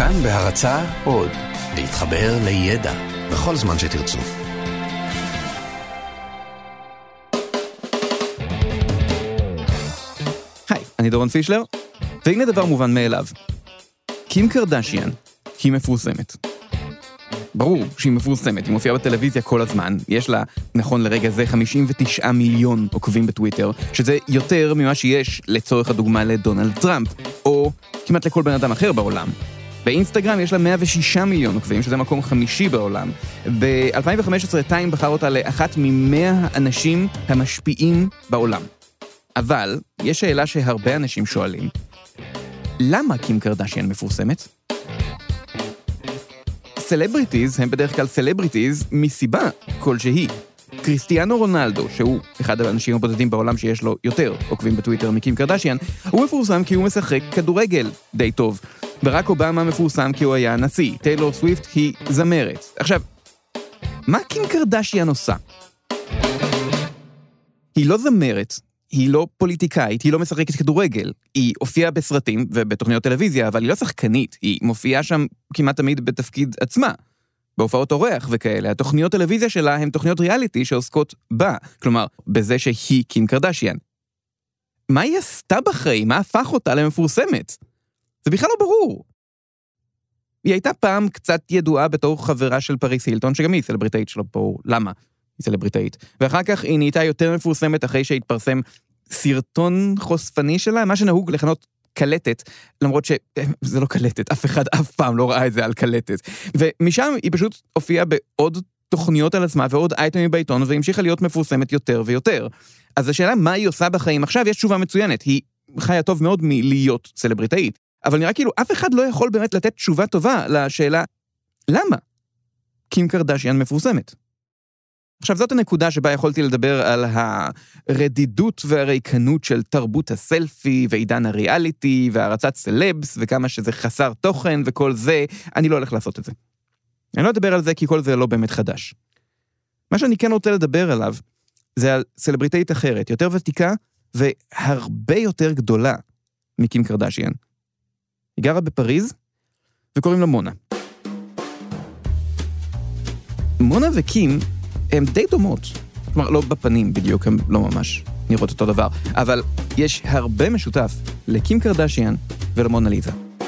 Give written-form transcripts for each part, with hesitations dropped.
כאן בהרצאה עוד, להתחבר לידע בכל זמן שתרצו. היי, אני דורון פישלר, והנה דבר מובן מאליו. קים קרדשיאן היא מפורסמת. ברור שהיא מפורסמת, היא מופיעה בטלוויזיה כל הזמן, יש לה, נכון לרגע זה, 59 מיליון עוקבים בטוויטר, שזה יותר ממה שיש לצורך הדוגמה לדונלד טראמפ, או כמעט לכל בן אדם אחר בעולם. באינסטגרם יש לה 106 מיליון עוקבים, שזה מקום חמישי בעולם. ב-2015 טיים בחר אותה לאחת מ-100 אנשים המשפיעים בעולם. אבל יש שאלה שהרבה אנשים שואלים, למה קים קרדשיאן מפורסמת? סלבריטיז הם בדרך כלל סלבריטיז מסיבה כלשהי. קריסטיאנו רונלדו, שהוא אחד האנשים הבודדים בעולם שיש לו יותר עוקבים בטוויטר מקים קרדשיאן, הוא מפורסם כי הוא משחק כדורגל די טוב. ברק אובמה מפורסם כי הוא היה נשיא. טיילור סוויפט היא זמרת. עכשיו, מה קים קרדשיאן עושה? היא לא זמרת, היא לא פוליטיקאית, היא לא משחקת כדורגל. היא הופיעה בסרטים ובתוכניות טלוויזיה, אבל היא לא שחקנית. היא מופיעה שם כמעט תמיד בתפקיד עצמה. בהופעות אורח וכאלה. התוכניות טלוויזיה שלה הן תוכניות ריאליטי שעוסקות בה. כלומר, בזה שהיא קים קרדשיאן. מה היא עשתה בחיים? מה הפך אותה למפורסמת? זה בכלל לא ברור. היא הייתה פעם קצת ידועה בתור חברה של פריס הילטון, שגם היא סלבריטאית שלו פה. למה? היא סלבריטאית. ואחר כך היא נהייתה יותר מפורסמת אחרי שהתפרסם סרטון חושפני שלה, מה שנהוג לכנות קלטת, למרות שזה לא קלטת, אף אחד אף פעם לא ראה את זה על קלטת. ומשם היא פשוט הופיעה בעוד תוכניות על עצמה ועוד אייטמים בעיתון, והמשיכה להיות מפורסמת יותר ויותר. אז השאלה מה היא עושה בחיים עכשיו, יש תשובה מצוינת. היא חיה טוב מאוד מלהיות סלבריטאית. אבל נראה כאילו אף אחד לא יכול באמת לתת תשובה טובה לשאלה, למה קים קרדשיאן מפורסמת? עכשיו, זאת הנקודה שבה יכולתי לדבר על הרדידות והריקנות של תרבות הסלפי ועידן הריאליטי והרצת סלבס וכמה שזה חסר תוכן וכל זה. אני לא הולך לעשות את זה. אני לא אדבר על זה כי כל זה לא באמת חדש. מה שאני כן רוצה לדבר עליו זה על סלבריטאית אחרת, יותר ותיקה והרבה יותר גדולה מקים קרדשיאן. היא גרה בפריז וקוראים לה מונה. מונה וקים הן די דומות. כלומר, לא בפנים בדיוק, הן לא ממש נראות אותו דבר. אבל יש הרבה משותף לקים קרדשיאן ולמונה ליזה.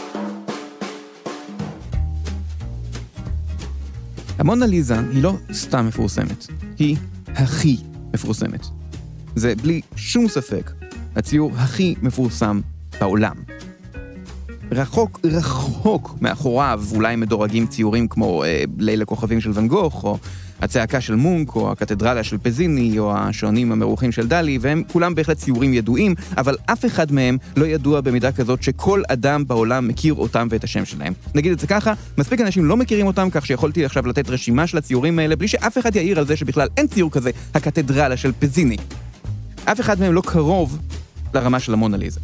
המונה ליזה היא לא סתם מפורסמת. היא הכי מפורסמת. זה בלי שום ספק הציור הכי מפורסם בעולם. רחוק מאחוריו אולי מדורגים ציורים כמו לילה כוכבים של ון גוך, או הצעקה של מונק, או הקתדרלה של פזיני, או השעונים המרוחים של דלי, והם כולם בהחלט ציורים ידועים, אבל אף אחד מהם לא ידוע במידה כזאת שכל אדם בעולם מכיר אותם ואת השם שלהם. נגיד את זה ככה, מספיק אנשים לא מכירים אותם, כך שיכולתי עכשיו לתת רשימה של הציורים האלה, בלי שאף אחד יעיר על זה שבכלל אין ציור כזה, הקתדרלה של פזיני. אף אחד מהם לא קרוב לרמה של המונה ליזה.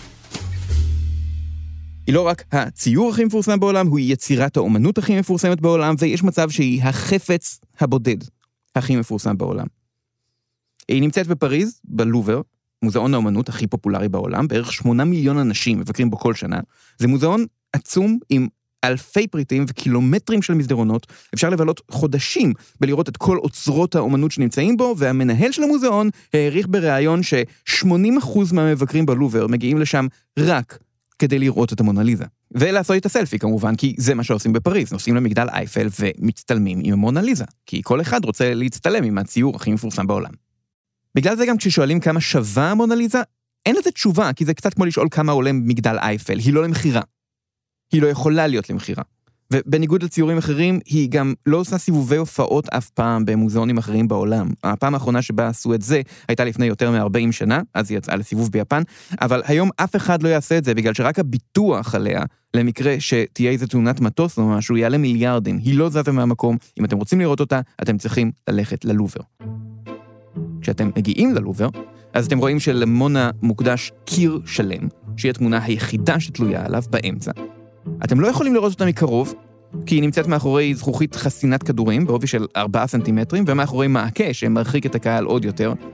היא לא רק הציור הכי מפורסם בעולם, היא יצירת האומנות הכי מפורסמת בעולם, ויש מצב שהיא החפץ הבודד הכי מפורסם בעולם. היא נמצאת בפריז, בלובר, מוזיאון האומנות הכי פופולרי בעולם, בערך 8 מיליון אנשים מבקרים בו כל שנה. זה מוזיאון עצום עם אלפי פריטים וקילומטרים של מסדרונות, אפשר לבלות חודשים בלראות את כל אוצרות האומנות שנמצאים בו, והמנהל של המוזיאון העריך בראיון ש80% מהמבקרים בלובר מגיעים לשם רק כדי לראות את המונה ליזה. ולעשות את הסלפי כמובן, כי זה מה שעושים בפריז, נוסעים למגדל אייפל ומצטלמים עם המונה ליזה, כי כל אחד רוצה להצטלם עם הציור הכי מפורסם בעולם. בגלל זה גם כששואלים כמה שווה המונה ליזה, אין לזה תשובה, כי זה קצת כמו לשאול כמה עולה מגדל אייפל, היא לא למחירה. היא לא יכולה להיות למחירה. ובניגוד לציורים אחרים, היא גם לא עושה סיבובי הופעות אף פעם במוזיאונים אחרים בעולם. הפעם האחרונה שבה עשו את זה הייתה לפני יותר מ-40 שנה, אז היא יצאה לסיבוב ביפן, אבל היום אף אחד לא יעשה את זה, בגלל שרק הביטוח עליה, למקרה שתהיה איזה תאונת מטוס או משהו, יעלה מיליארדים. היא לא זזה מהמקום. אם אתם רוצים לראות אותה, אתם צריכים ללכת ללובר. כשאתם מגיעים ללובר, אז אתם רואים שלמונה מוקדש קיר שלם, שהיא התמונה היחידה שתלויה עליו באמצע. אתם לא יכולים לראות אותה מקרוב, כי היא נמצאת מאחורי זכוכית חסינת כדורים, בעובי של 4 סנטימטרים, ומאחורי מעקה שמרחיק את הקהל עוד יותר.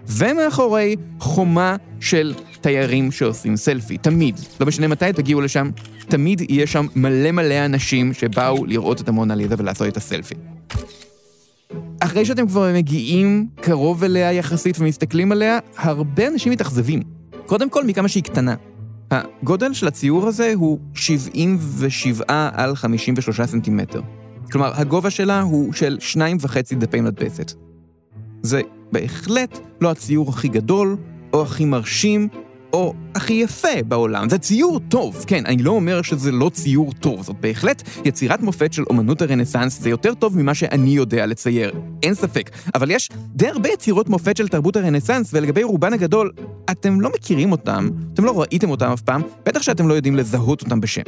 ומאחורי חומה של תיירים שעושים סלפי. תמיד, לא משנה מתי תגיעו לשם, תמיד יהיה שם מלא אנשים שבאו לראות את המונה ליזה ולעשות את הסלפי. אחרי שאתם כבר מגיעים קרוב אליה יחסית ומסתכלים עליה, הרבה אנשים מתאכזבים. קודם כל, מכמה שהיא קטנה. הגודל של הציור הזה הוא 77 על 53 סנטימטר. כלומר, הגובה שלה הוא של 2.5 דפי מדפסת. זה בהחלט לא הציור הכי גדול, או הכי מרשים, או הכי יפה בעולם. זה ציור טוב, כן, אני לא אומר שזה לא ציור טוב, זאת בהחלט יצירת מופת של אומנות הרנסנס, זה יותר טוב ממה שאני יודע לצייר, אין ספק. אבל יש די הרבה יצירות מופת של תרבות הרנסנס, ולגבי רובן הגדול, אתם לא מכירים אותם, אתם לא ראיתם אותם אף פעם, בטח שאתם לא יודעים לזהות אותם בשם.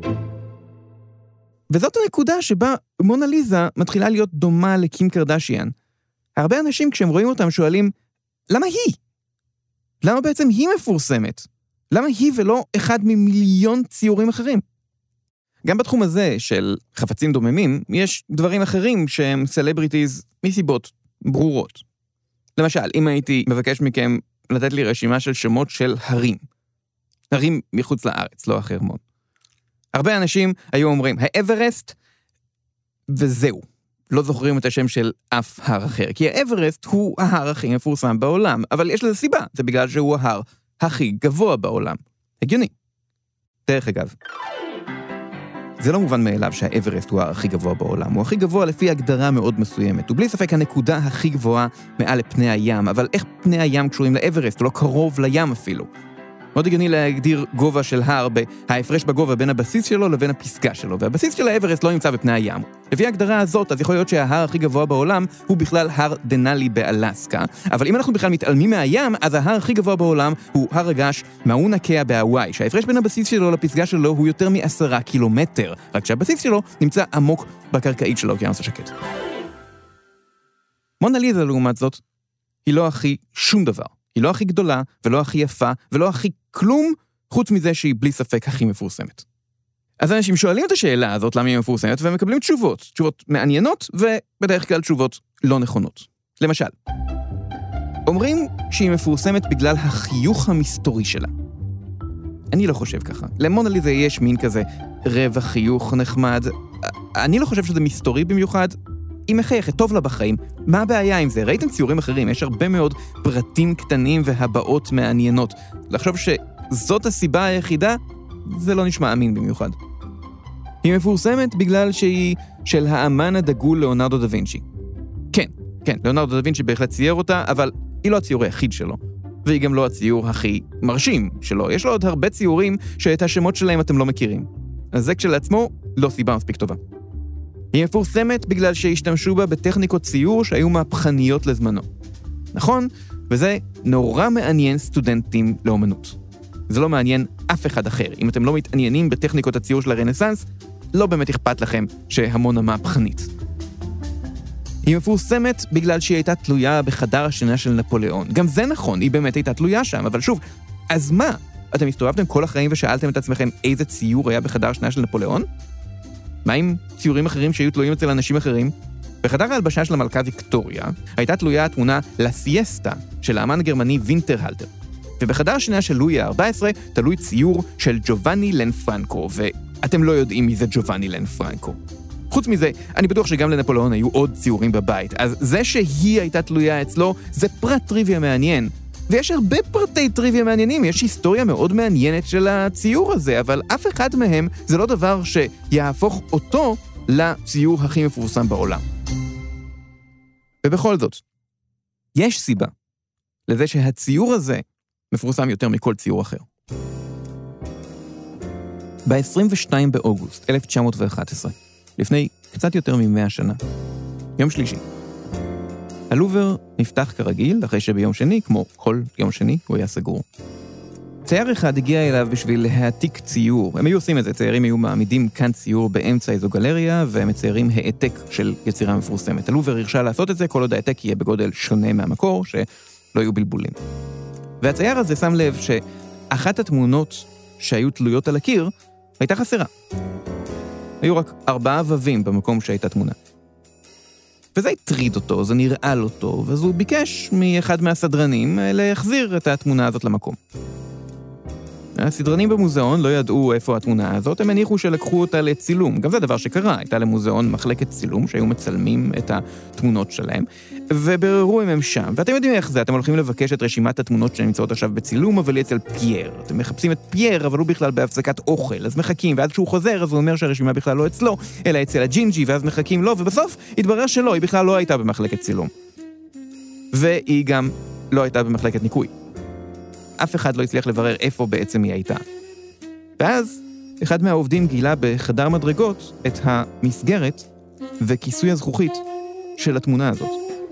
וזאת הנקודה שבה מונה ליזה מתחילה להיות דומה לקים קרדשיאן. הרבה אנשים כשהם רואים אותם שואלים, למה היא? למה בעצם היא מפורסמת? למה היא ולא אחד ממיליון ציורים אחרים? גם בתחום הזה של חפצים דוממים, יש דברים אחרים שהם סלבריטיז מסיבות ברורות. למשל, אם הייתי מבקש מכם לתת לי רשימה של שמות של הרים. הרים מחוץ לארץ, לא החרמון. הרבה אנשים היו אומרים, האברסט, וזהו. לא זוכרים את השם של אף הר אחר, כי האברסט הוא ההר הכי מפורסם בעולם, אבל יש לזה סיבה, זה בגלל שהוא ההר הכי גבוה בעולם. הגיוני. דרך אגב, זה לא מובן מאליו שהאברסט הוא ההר הכי גבוה בעולם, הוא הכי גבוה לפי הגדרה מאוד מסוימת, ובלי ספק הנקודה הכי גבוהה מעל לפני הים, אבל איך פני הים קשורים לאברסט? הוא לא קרוב לים אפילו. מאוד הגיוני להגדיר גובה של הר בהפרש בגובה בין הבסיס שלו לבין הפסגה שלו, והבסיס של האברסט לא נמצא בפני הים. לפי ההגדרה הזאת, אז יכול להיות שההר הכי גבוה בעולם הוא בכלל הר דנאלי באלסקה, אבל אם אנחנו בכלל מתעלמים מהים, אז ההר הכי גבוה בעולם הוא הר הגעש מאונה קאה בהוואי, שההפרש בין הבסיס שלו לפסגה שלו הוא יותר מ10 קילומטר, רק שהבסיס שלו נמצא עמוק בקרקעית של האוקיינוס השקט. מונה ליזה, לעומת זאת, היא לא הכי שום דבר. היא לא הכי גדולה, ולא הכי יפה, ולא הכי כלום, חוץ מזה שהיא בלי ספק הכי מפורסמת. אז אנשים שואלים את השאלה הזאת, למה היא מפורסמת, ומקבלים תשובות מעניינות, ובדרך כלל תשובות לא נכונות. למשל, אומרים שהיא מפורסמת בגלל החיוך המסתורי שלה. אני לא חושב ככה. למונה ליזה יש מין כזה רבע חיוך נחמד. אני לא חושב שזה מסתורי במיוחד, היא מחייכת, טוב לה בחיים. מה הבעיה עם זה? ראיתם ציורים אחרים, יש הרבה מאוד פרטים קטנים והבעות מעניינות. לחשוב שזאת הסיבה היחידה, זה לא נשמע אמין במיוחד. היא מפורסמת בגלל שהיא של האמן הדגול ליאונרדו דה וינצ'י. כן, ליאונרדו דה וינצ'י בהחלט צייר אותה, אבל היא לא הציור היחיד שלו. והיא גם לא הציור הכי מרשים שלו. יש לו עוד הרבה ציורים שאת השמות שלהם אתם לא מכירים. אז זה כשלעצמו לא סיבה מספיק טובה. היא מפורסמת בגלל שהשתמשו בה בטכניקות ציור שהיו מהפכניות לזמנו. נכון? וזה נורא מעניין סטודנטים לאומנות. זה לא מעניין אף אחד אחר. אם אתם לא מתעניינים בטכניקות הציור של הרנסנס, לא באמת אכפת לכם שהמונה מהפכנית. היא מפורסמת בגלל שהיא הייתה תלויה בחדר השינה של נפוליאון. גם זה נכון, היא באמת הייתה תלויה שם, אבל שוב, אז מה? אתם הסתובבתם כל החיים ושאלתם את עצמכם איזה ציור היה בחדר השינה של נפוליאון? מה עם ציורים אחרים שהיו תלויים אצל אנשים אחרים? בחדר ההלבשה של המלכה ויקטוריה הייתה תלויה התמונה לסיאסטה של האמן הגרמני וינטרהלטר. ובחדר השינה של לואי ה-14 תלוי ציור של ג'ובאני לנפרנקו, ואתם לא יודעים מי זה ג'ובאני לנפרנקו. חוץ מזה, אני בטוח שגם לנפוליאון היו עוד ציורים בבית, אז זה שהיא הייתה תלויה אצלו זה פרט טריוויה מעניין. ויש הרבה פרטי טריוויה מעניינים, יש היסטוריה מאוד מעניינת של הציור הזה, אבל אף אחד מהם זה לא דבר שיהפוך אותו לציור הכי מפורסם בעולם. ובכל זאת, יש סיבה לזה שהציור הזה מפורסם יותר מכל ציור אחר. ב-22 באוגוסט 1911, לפני קצת יותר מ100 שנה, יום שלישי, הלובר נפתח כרגיל, אחרי שביום שני, כמו כל יום שני, הוא היה סגור. צייר אחד הגיע אליו בשביל להעתיק ציור. הם היו עושים את זה, ציירים היו מעמידים כאן ציור באמצע איזו גלריה, והם מציירים העתק של יצירה מפורסמת. הלובר הרשה לעשות את זה, כל עוד העתק יהיה בגודל שונה מהמקור, שלא יהיו בלבולים. והצייר הזה שם לב שאחת התמונות שהיו תלויות על הקיר, הייתה חסרה. היו רק 4 ווים במקום שהייתה תמונה. וזה הטריד אותו, זה נראה לו טוב, אז הוא ביקש מאחד מהסדרנים להחזיר את התמונה הזאת למקום. הסדרנים במוזיאון לא ידעו איפה התמונה הזאת, הם הניחו שלקחו אותה לצילום. גם זה דבר שקרה, הייתה למוזיאון מחלקת צילום שהיו מצלמים את התמונות שלהם, ובררו אם הם שם. ואתם יודעים איך זה, אתם הולכים לבקש את רשימת התמונות שנמצאות עכשיו בצילום, אבל היא אצל פייר. אתם מחפשים את פייר, אבל הוא בכלל בהפסקת אוכל, אז מחכים, ואז כשהוא חוזר, אז הוא אומר שהרשימה בכלל לא אצלו, אלא אצל הג'ינג'י, ואז מחכים לו, ובסוף התברר שלא, היא בכלל לא הייתה במחלקת צילום. והיא גם לא הייתה במחלקת ניקוי. אף אחד לא הצליח לברר איפה בעצם היא הייתה. ואז אחד מהעובדים גילה בחדר מדרגות את המסגרת וכיסוי הזכוכית של התמונה הזאת.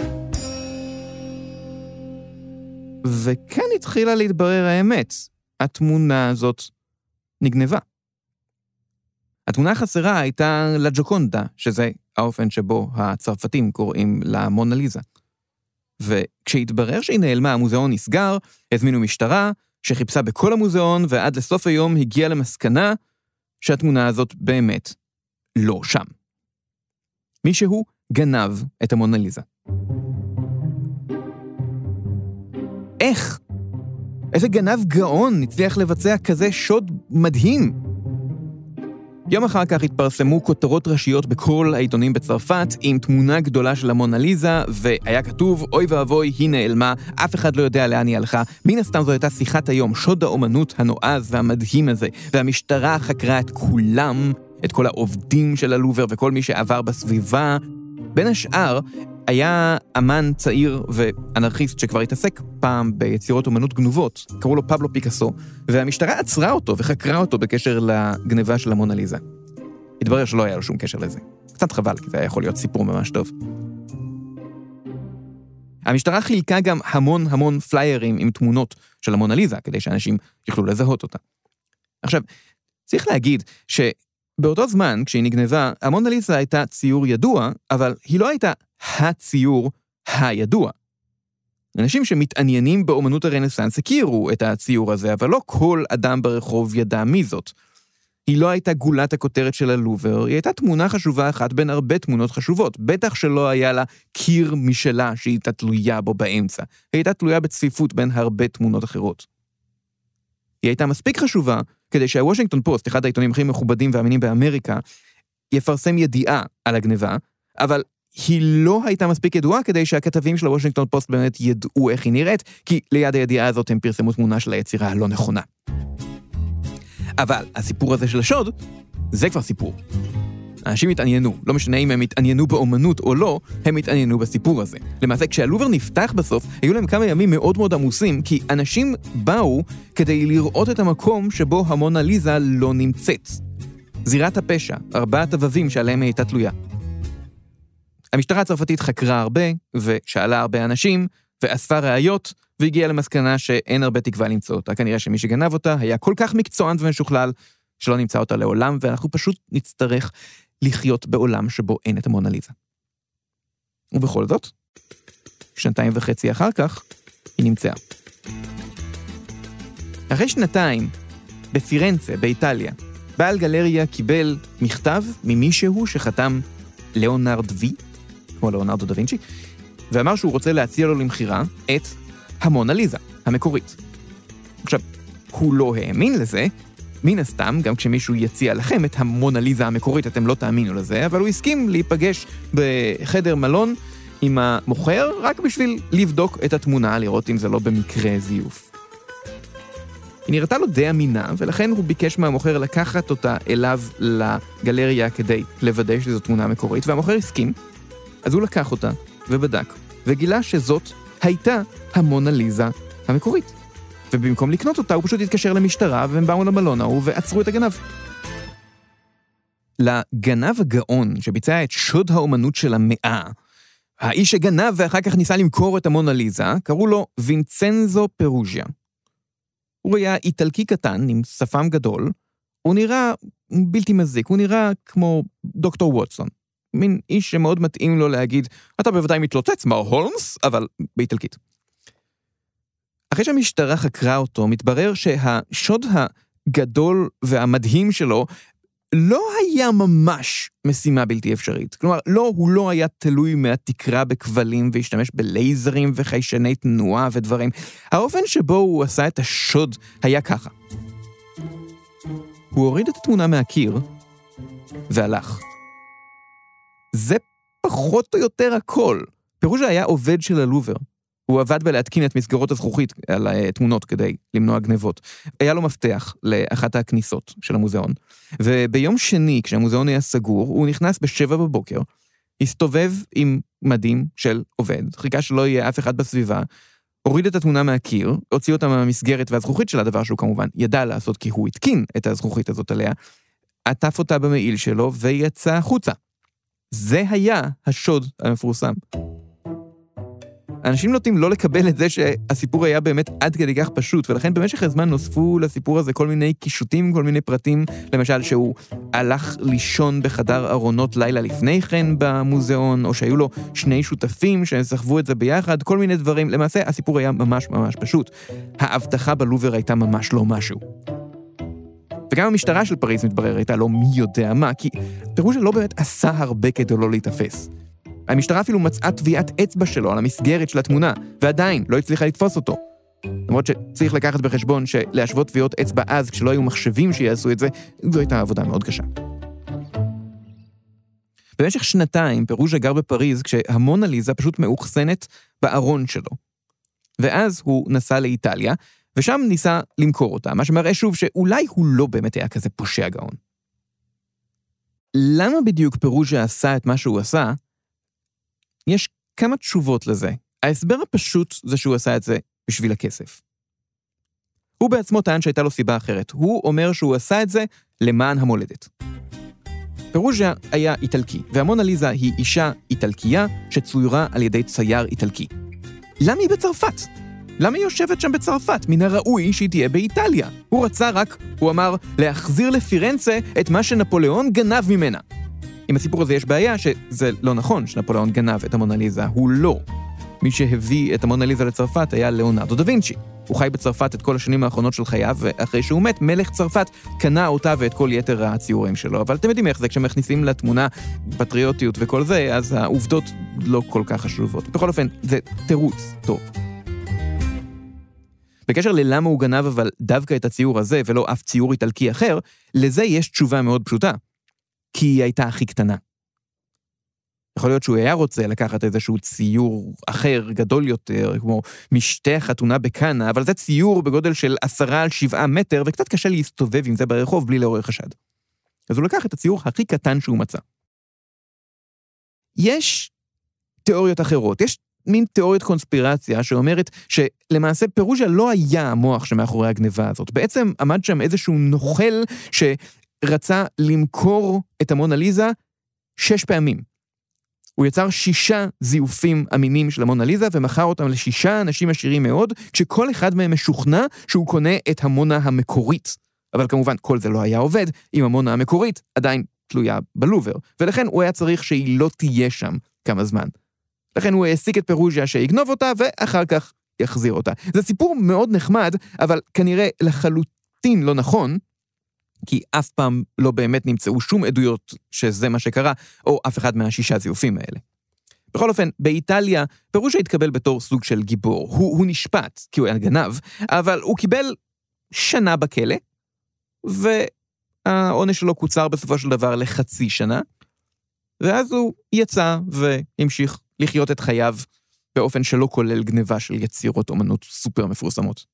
וכאן התחילה להתברר האמת. התמונה הזאת נגנבה. התמונה החסרה הייתה לג'וקונדה, שזה האופן שבו הצרפתים קוראים למונליזה. וכשהתברר שהיא נעלמה, המוזיאון נסגר, הזמינו משטרה, שחיפשה בכל המוזיאון, ועד לסוף היום הגיעה למסקנה שהתמונה הזאת באמת לא שם. מישהו גנב את המונליזה. איך? איזה גנב גאון הצליח לבצע כזה שוד מדהים? יום אחר כך התפרסמו כותרות ראשיות בכל העיתונים בצרפת עם תמונה גדולה של המונליזה, והיה כתוב, אוי ואבוי, היא נעלמה, אף אחד לא יודע לאן היא הלכה. מן הסתם זו הייתה שיחת היום, שוד האומנות הנועז והמדהים הזה, והמשטרה חקרה את כולם, את כל העובדים של הלובר וכל מי שעבר בסביבה. בין השאר היה אמן צעיר ואנרכיסט שכבר התעסק פעם ביצירות אומנות גנובות, קראו לו פבלו פיקאסו, והמשטרה עצרה אותו וחקרה אותו בקשר לגניבה של המונליזה. התברר שלא היה לו שום קשר לזה. קצת חבל, כי זה היה יכול להיות סיפור ממש טוב. המשטרה חילקה גם המון פליירים עם תמונות של המונליזה, כדי שאנשים יוכלו לזהות אותה. עכשיו, צריך להגיד שבאותו זמן, כשהיא נגנבה, המונליזה הייתה ציור ידוע, אבל היא לא הייתה הציור הידוע. אנשים שמתעניינים באומנות הרנסנס הכירו את הציור הזה, אבל לא כל אדם ברחוב ידע מי זאת. היא לא הייתה גולת הכותרת של הלובר, היא הייתה תמונה חשובה אחת בין הרבה תמונות חשובות, בטח שלא היה לה קיר משלה שהיא הייתה תלויה בו באמצע. היא הייתה תלויה בצפיפות בין הרבה תמונות אחרות. היא הייתה מספיק חשובה כדי שהוושינגטון פוסט, אחד העיתונים הכי מכובדים ואמינים באמריקה, יפרסם ידיעה על הגניבה, אבל היא לא הייתה מספיק ידועה כדי שהכתבים של הוושינגטון פוסט באמת ידעו איך היא נראית, כי ליד הידיעה הזאת הם פרסמו תמונה של היצירה הלא נכונה. אבל הסיפור הזה של השוד, זה כבר סיפור. אנשים התעניינו, לא משנה אם הם התעניינו באומנות או לא, הם התעניינו בסיפור הזה. למעשה, כשהלובר נפתח בסוף, היו להם כמה ימים מאוד עמוסים, כי אנשים באו כדי לראות את המקום שבו המונליזה לא נמצאת. זירת הפשע, 4 הבבים שעליהם היא הייתה תלויה. המשטרה הצרפתית חקרה הרבה, ושאלה הרבה אנשים, ואספה ראיות, והגיעה למסקנה שאין הרבה תקווה למצוא אותה. כנראה שמי שגנב אותה היה כל כך מקצוען ומשוכלל, שלא נמצא אותה לעולם, ואנחנו פשוט נצטרך לחיות בעולם שבו אין את המונליזה. ובכל זאת, 2.5 אחר כך, היא נמצאה. אחרי 2, בפירנצה, באיטליה, בעל גלריה קיבל מכתב ממישהו שחתם ליאונרד וי, כמו ליאונרדו דה וינצ'י, ואמר שהוא רוצה להציע לו למחירה את המונליזה, המקורית. עכשיו, הוא לא האמין לזה, מן הסתם, גם כשמישהו יציע לכם את המונליזה המקורית, אתם לא תאמינו לזה, אבל הוא הסכים להיפגש בחדר מלון עם המוכר, רק בשביל לבדוק את התמונה, לראות אם זה לא במקרה זיוף. היא נראתה לו די אמינה, ולכן הוא ביקש מהמוכר לקחת אותה אליו לגלריה כדי לוודא שזו תמונה מקורית, והמוכר הסכים, אז הוא לקח אותה ובדק, וגילה שזאת הייתה המונליזה המקורית. ובמקום לקנות אותה, הוא פשוט התקשר למשטרה, והם באו למלון ההוא ועצרו את הגנב. לגנב הגאון שביצע את שוד האומנות של המאה, האיש שגנב ואחר כך ניסה למכור את המונליזה, קראו לו וינצנזו פרוז'יה. הוא היה איטלקי קטן עם שפם גדול, הוא נראה בלתי מזיק, הוא נראה כמו דוקטור ווטסון. מין איש שמאוד מתאים לו להגיד, אתה בוודאי מתלוצץ, מר הולמס, אבל באיטלקית. אחרי שהמשטרה חקרה אותו, מתברר שהשוד הגדול והמדהים שלו לא היה ממש משימה בלתי אפשרית. כלומר, לא, הוא לא היה תלוי מהתקרה בכבלים והשתמש בלייזרים וחיישני תנועה ודברים. האופן שבו הוא עשה את השוד היה ככה. הוא הוריד את התמונה מהקיר והלך. זה פחות או יותר הכל. פירוז'ה היה עובד של הלובר. הוא עבד בלהתקין את מסגרות הזכוכית על התמונות כדי למנוע גנבות. היה לו מפתח לאחת הכניסות של המוזיאון, וביום שני, כשהמוזיאון היה סגור, הוא נכנס ב7 בבוקר, הסתובב עם מדים של עובד, חיכה שלא יהיה אף אחד בסביבה, הוריד את התמונה מהקיר, הוציא אותה מהמסגרת והזכוכית של הדבר שהוא כמובן ידע לעשות, כי הוא התקין את הזכוכית הזאת עליה, עטף אותה במעיל שלו ויצא החוצה. זה היה השוד המפורסם. אנשים נוטים לא לקבל את זה שהסיפור היה באמת עד כדי כך פשוט, ולכן במשך הזמן נוספו לסיפור הזה כל מיני קישוטים, כל מיני פרטים, למשל שהוא הלך לישון בחדר ארונות לילה לפני כן במוזיאון, או שהיו לו שני שותפים שסחבו את זה ביחד, כל מיני דברים. למעשה הסיפור היה ממש ממש פשוט. ההבטחה בלובר הייתה ממש לא משהו. וגם המשטרה של פריז מתברר הייתה לא מי יודע מה, כי פירוז'ה לא באמת עשה הרבה כדי לא להתאפס. המשטרה אפילו מצאה טביעת אצבע שלו על המסגרת של התמונה, ועדיין לא הצליחה לתפוס אותו. למרות שצריך לקחת בחשבון שלהשוות טביעות אצבע אז, כשלא היו מחשבים שיעשו את זה, זו הייתה עבודה מאוד קשה. במשך שנתיים פירוז'ה גר בפריז, כשהמונליזה פשוט מאוחסנת בארון שלו. ואז הוא נסע לאיטליה, ושם ניסה למכור אותה, מה שמראה שוב שאולי הוא לא באמת היה כזה פושע גאון. למה בדיוק פירוז'ה עשה את מה שהוא עשה? יש כמה תשובות לזה. ההסבר הפשוט זה שהוא עשה את זה בשביל הכסף. הוא בעצמו טען שהייתה לו סיבה אחרת. הוא אומר שהוא עשה את זה למען המולדת. פירוז'ה היה איטלקי, והמונליזה היא אישה איטלקייה שצוירה על ידי צייר איטלקי. למה היא בצרפת? למה היא יושבת שם בצרפת? מן הראוי שהיא תהיה באיטליה. הוא רצה רק, הוא אמר, להחזיר לפירנצה את מה שנפוליאון גנב ממנה. עם הסיפור הזה יש בעיה שזה לא נכון שנפוליאון גנב את המונליזה, הוא לא. מי שהביא את המונליזה לצרפת היה ליאונרדו דה וינצ'י. הוא חי בצרפת את כל השנים האחרונות של חייו, ואחרי שהוא מת, מלך צרפת קנה אותה ואת כל יתר הציורים שלו. אבל אתם יודעים איך זה, כשמכניסים לתמונה פטריוטיות וכל זה, אז העובדות לא כל כך חשובות. בכל אופן, זה תירוץ טוב. בקשר ללמה הוא גנב אבל דווקא את הציור הזה ולא אף ציור איטלקי אחר, לזה יש תשובה מאוד פשוטה. כי היא הייתה הכי קטנה. יכול להיות שהוא היה רוצה לקחת איזשהו ציור אחר, גדול יותר, כמו משתה חתונה בקנה, אבל זה ציור בגודל של 10-7 מטר, וקצת קשה להסתובב עם זה ברחוב בלי לעורר חשד. אז הוא לקח את הציור הכי קטן שהוא מצא. יש תיאוריות אחרות, יש מין תיאוריית קונספירציה שאומרת שלמעשה פירוז'ה לא היה המוח שמאחורי הגניבה הזאת. בעצם עמד שם איזשהו נוכל רצה למכור את המונליזה 6 פעמים. הוא יצר 6 זיופים אמינים של המונליזה, ומכר אותם ל6 אנשים עשירים מאוד, כשכל אחד מהם משוכנע שהוא קונה את המונה המקורית. אבל כמובן, כל זה לא היה עובד, אם המונה המקורית עדיין תלויה בלובר, ולכן הוא היה צריך שהיא לא תהיה שם כמה זמן. לכן הוא העסיק את פירוז'ה שיגנוב אותה, ואחר כך יחזיר אותה. זה סיפור מאוד נחמד, אבל כנראה לחלוטין לא נכון, כי אף פעם לא באמת נמצאו שום עדויות שזה מה שקרה, או אף אחד מה6 זיופים האלה. בכל אופן, באיטליה, פירוז'ה התקבל בתור סוג של גיבור. הוא נשפט, כי הוא היה גנב, אבל הוא קיבל שנה בכלא, והעונש שלו קוצר בסופו של דבר ל0.5 שנה, ואז הוא יצא והמשיך לחיות את חייו באופן שלא כולל גניבה של יצירות אומנות סופר מפורסמות.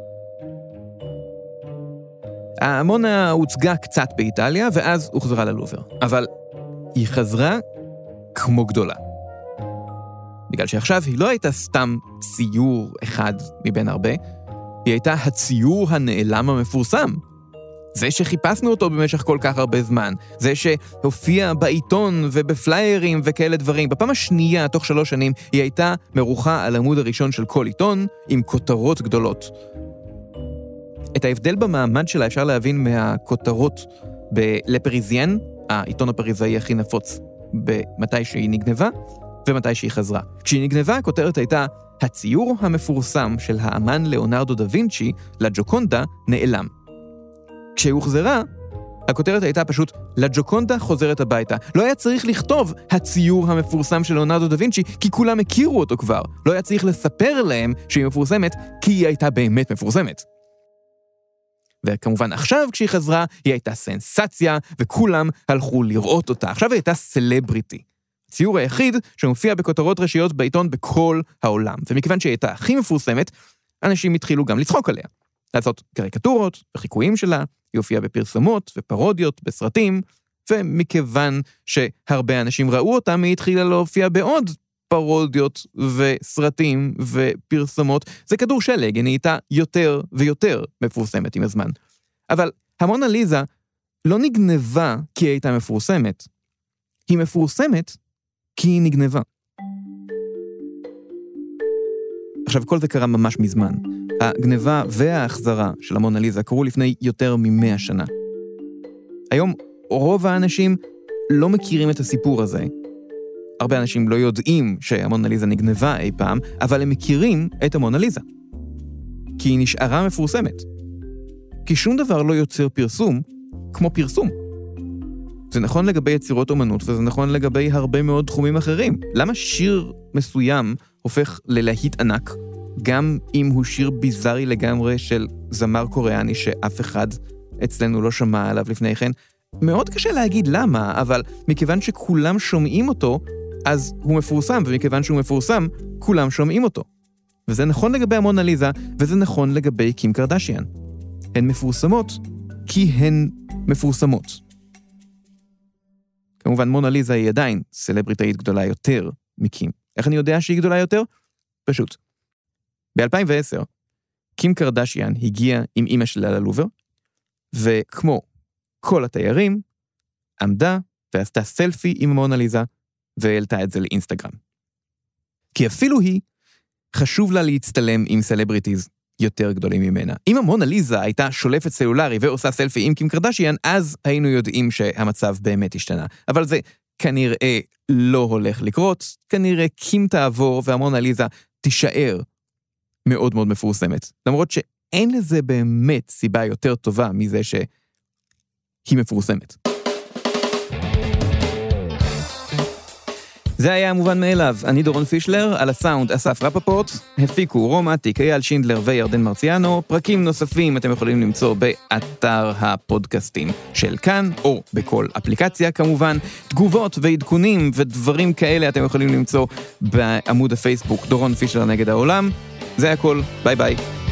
המונה הוצגה קצת באיטליה, ואז הוחזרה ללובר. אבל היא חזרה כמו גדולה. בגלל שעכשיו היא לא הייתה סתם ציור אחד מבין הרבה, היא הייתה הציור הנעלם המפורסם. זה שחיפשנו אותו במשך כל כך הרבה זמן, זה שהופיע בעיתון ובפליירים וכאלה דברים. בפעם השנייה, תוך 3 שנים, היא הייתה מרוחה על העמוד הראשון של כל עיתון, עם כותרות גדולות. את ההבדל במעמד שלה אפשר להבין מהכותרות בלפריזיין, העיתון הפריזאי הכי נפוץ, במתי שהיא נגנבה ומתי שהיא חזרה. כשהיא נגנבה, הכותרת הייתה, הציור המפורסם של האמן ליאונרדו דה וינצ'י לג'וקונדה נעלם. כשהיא הוחזרה, הכותרת הייתה פשוט, לג'וקונדה חוזרת הביתה. לא היה צריך לכתוב הציור המפורסם של ליאונרדו דה וינצ'י, כי כולם הכירו אותו כבר. לא היה צריך לספר להם שהיא מפורסמת, כי היא הייתה באמת מפורסמת. וכמובן עכשיו כשהיא חזרה, היא הייתה סנסציה, וכולם הלכו לראות אותה. עכשיו היא הייתה סלבריטי. הציור היחיד שמופיע בכותרות ראשיות בעיתון בכל העולם. ומכיוון שהיא הייתה הכי מפורסמת, אנשים התחילו גם לצחוק עליה. לעשות קריקטורות וחיקויים שלה, היא הופיעה בפרסומות ופרודיות בסרטים, ומכיוון שהרבה אנשים ראו אותם, היא התחילה להופיע בעוד פרודיות וסרטים ופרסומות. זה כדור שלג, היא נהייתה יותר ויותר מפורסמת עם הזמן. אבל המונה ליזה לא נגנבה כי היא הייתה מפורסמת. היא מפורסמת כי היא נגנבה. עכשיו, כל זה קרה ממש מזמן. הגנבה וההחזרה של המונה ליזה קרו לפני יותר מ100 שנה. היום רוב האנשים לא מכירים את הסיפור הזה. הרבה אנשים לא יודעים שהמונה ליזה נגנבה אי פעם, אבל הם מכירים את המונה ליזה. כי היא נשארה מפורסמת. כי שום דבר לא יוצר פרסום כמו פרסום. זה נכון לגבי יצירות אומנות, וזה נכון לגבי הרבה מאוד תחומים אחרים. למה שיר מסוים הופך ללהיט ענק, גם אם הוא שיר ביזרי לגמרי של זמר קוריאני שאף אחד אצלנו לא שמע עליו לפני כן? מאוד קשה להגיד למה, אבל מכיוון שכולם שומעים אותו, אז הוא מפורסם, ומכיוון שהוא מפורסם, כולם שומעים אותו. וזה נכון לגבי המונה ליזה, וזה נכון לגבי קים קרדשיאן. הן מפורסמות כי הן מפורסמות. כמובן, מונה ליזה היא עדיין סלבריטאית גדולה יותר מקים. איך אני יודע שהיא גדולה יותר? פשוט. ב-2010, קים קרדשיאן הגיעה עם אמא שלה ללובר, וכמו כל התיירים, עמדה ועשתה סלפי עם המונה ליזה, והעלתה את זה לאינסטגרם. כי אפילו היא, חשוב לה להצטלם עם סלבריטיז יותר גדולים ממנה. אם המונה ליזה הייתה שולפת סלולרי ועושה סלפי עם קים קרדשיאן, אז היינו יודעים שהמצב באמת השתנה. אבל זה כנראה לא הולך לקרות, כנראה קים תעבור והמונה ליזה תישאר מאוד מאוד מפורסמת. למרות שאין לזה באמת סיבה יותר טובה מזה שהיא מפורסמת. זה היה המובן מאליו. אני דורון פישלר, על הסאונד אסף רפפורט, הפיקו רומא, אייל שינדלר וירדן מרציאנו. פרקים נוספים אתם יכולים למצוא באתר הפודקאסטים של כאן, או בכל אפליקציה כמובן. תגובות ועדכונים ודברים כאלה אתם יכולים למצוא בעמוד הפייסבוק דורון פישלר נגד העולם. זה הכל, ביי ביי.